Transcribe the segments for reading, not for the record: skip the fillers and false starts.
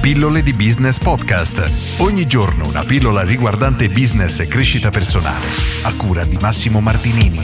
Pillole di Business Podcast. Ogni giorno una pillola riguardante business e crescita personale. A cura di Massimo Martinini.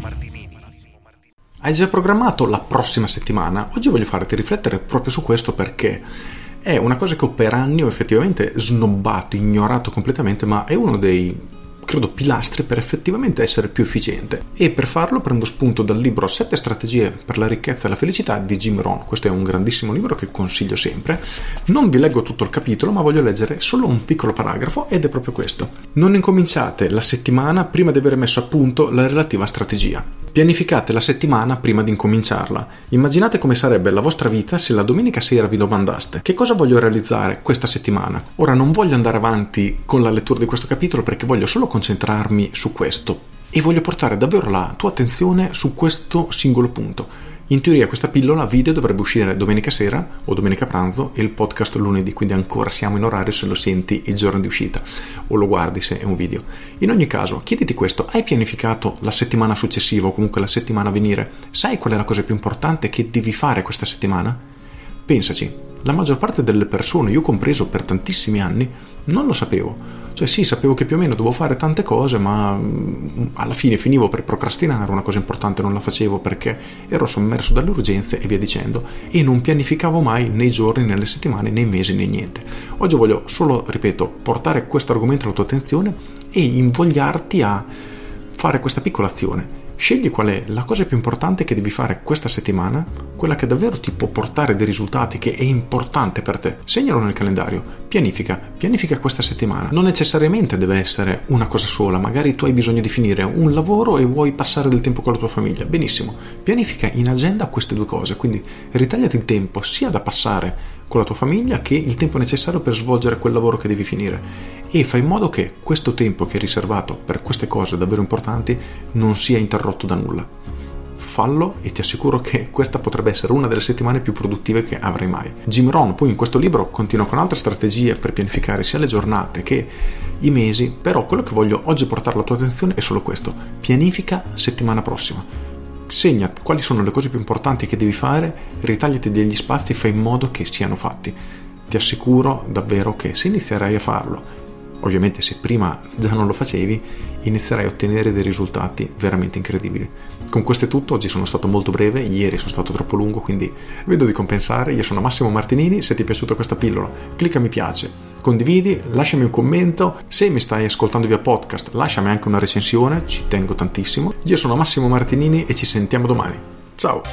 Hai già programmato la prossima settimana? Oggi voglio farti riflettere proprio su questo perché è una cosa che ho per anni ho effettivamente snobbato, ignorato completamente, ma è uno dei, credo, pilastri per effettivamente essere più efficiente. E per farlo prendo spunto dal libro 7 strategie per la ricchezza e la felicità di Jim Rohn. Questo è un grandissimo libro che consiglio sempre. Non vi leggo tutto il capitolo, ma voglio leggere solo un piccolo paragrafo ed è proprio questo. Non incominciate la settimana prima di aver messo a punto la relativa strategia. Pianificate la settimana prima di incominciarla. Immaginate come sarebbe la vostra vita se la domenica sera vi domandaste: che cosa voglio realizzare questa settimana? Ora non voglio andare avanti con la lettura di questo capitolo perché voglio solo concentrarmi su questo e voglio portare davvero la tua attenzione su questo singolo punto. In teoria questa pillola video dovrebbe uscire domenica sera o domenica pranzo e il podcast lunedì, quindi ancora siamo in orario se lo senti il giorno di uscita o lo guardi se è un video. In ogni caso, chiediti questo: hai pianificato la settimana successiva o comunque la settimana a venire? Sai qual è la cosa più importante che devi fare questa settimana? Pensaci. La maggior parte delle persone, io compreso per tantissimi anni, non lo sapevo. Cioè sì, sapevo che più o meno dovevo fare tante cose, ma alla fine finivo per procrastinare, una cosa importante non la facevo perché ero sommerso dalle urgenze e via dicendo, e non pianificavo mai nei giorni, nelle settimane, nei mesi, né niente. Oggi voglio solo, ripeto, portare questo argomento alla tua attenzione e invogliarti a fare questa piccola azione. Scegli qual è la cosa più importante che devi fare questa settimana, quella che davvero ti può portare dei risultati, che è importante per te. Segnalo nel calendario, pianifica questa settimana. Non necessariamente deve essere una cosa sola, magari tu hai bisogno di finire un lavoro e vuoi passare del tempo con la tua famiglia. Benissimo, pianifica in agenda queste due cose, quindi ritagliati il tempo sia da passare con la tua famiglia che il tempo necessario per svolgere quel lavoro che devi finire, e fai in modo che questo tempo che è riservato per queste cose davvero importanti non sia interrotto da nulla. Fallo e ti assicuro che questa potrebbe essere una delle settimane più produttive che avrai mai. Jim Rohn poi in questo libro continua con altre strategie per pianificare sia le giornate che i mesi, però quello che voglio oggi portare alla tua attenzione è solo questo: pianifica settimana prossima. Segna quali sono le cose più importanti che devi fare, ritagliati degli spazi e fai in modo che siano fatti. Ti assicuro davvero che se inizierai a farlo, ovviamente se prima già non lo facevi, inizierai a ottenere dei risultati veramente incredibili. Con questo è tutto, oggi sono stato molto breve, ieri sono stato troppo lungo, quindi vedo di compensare. Io sono Massimo Martinini, se ti è piaciuta questa pillola clicca mi piace, condividi, lasciami un commento, se mi stai ascoltando via podcast lasciami anche una recensione, ci tengo tantissimo. Io sono Massimo Martinini e ci sentiamo domani. Ciao!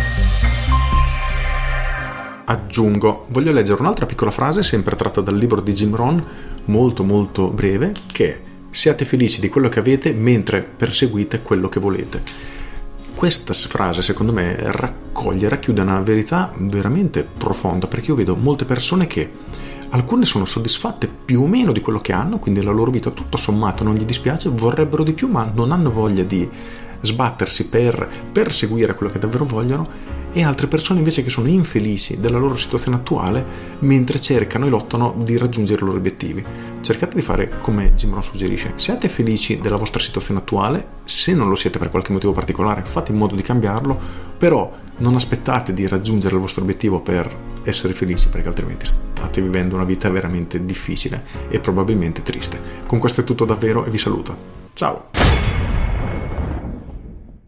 Aggiungo, voglio leggere un'altra piccola frase sempre tratta dal libro di Jim Rohn, molto molto breve, che è: siate felici di quello che avete mentre perseguite quello che volete. Questa frase secondo me racchiude una verità veramente profonda, perché io vedo molte persone che alcune sono soddisfatte più o meno di quello che hanno, quindi la loro vita tutto sommato non gli dispiace, vorrebbero di più ma non hanno voglia di sbattersi per perseguire quello che davvero vogliono, e altre persone invece che sono infelici della loro situazione attuale mentre cercano e lottano di raggiungere i loro obiettivi. Cercate di fare come Jim Rohn suggerisce: siate felici della vostra situazione attuale, se non lo siete per qualche motivo particolare fate in modo di cambiarlo, però non aspettate di raggiungere il vostro obiettivo per essere felici, perché altrimenti state vivendo una vita veramente difficile e probabilmente triste. Con questo è tutto davvero e vi saluto. Ciao!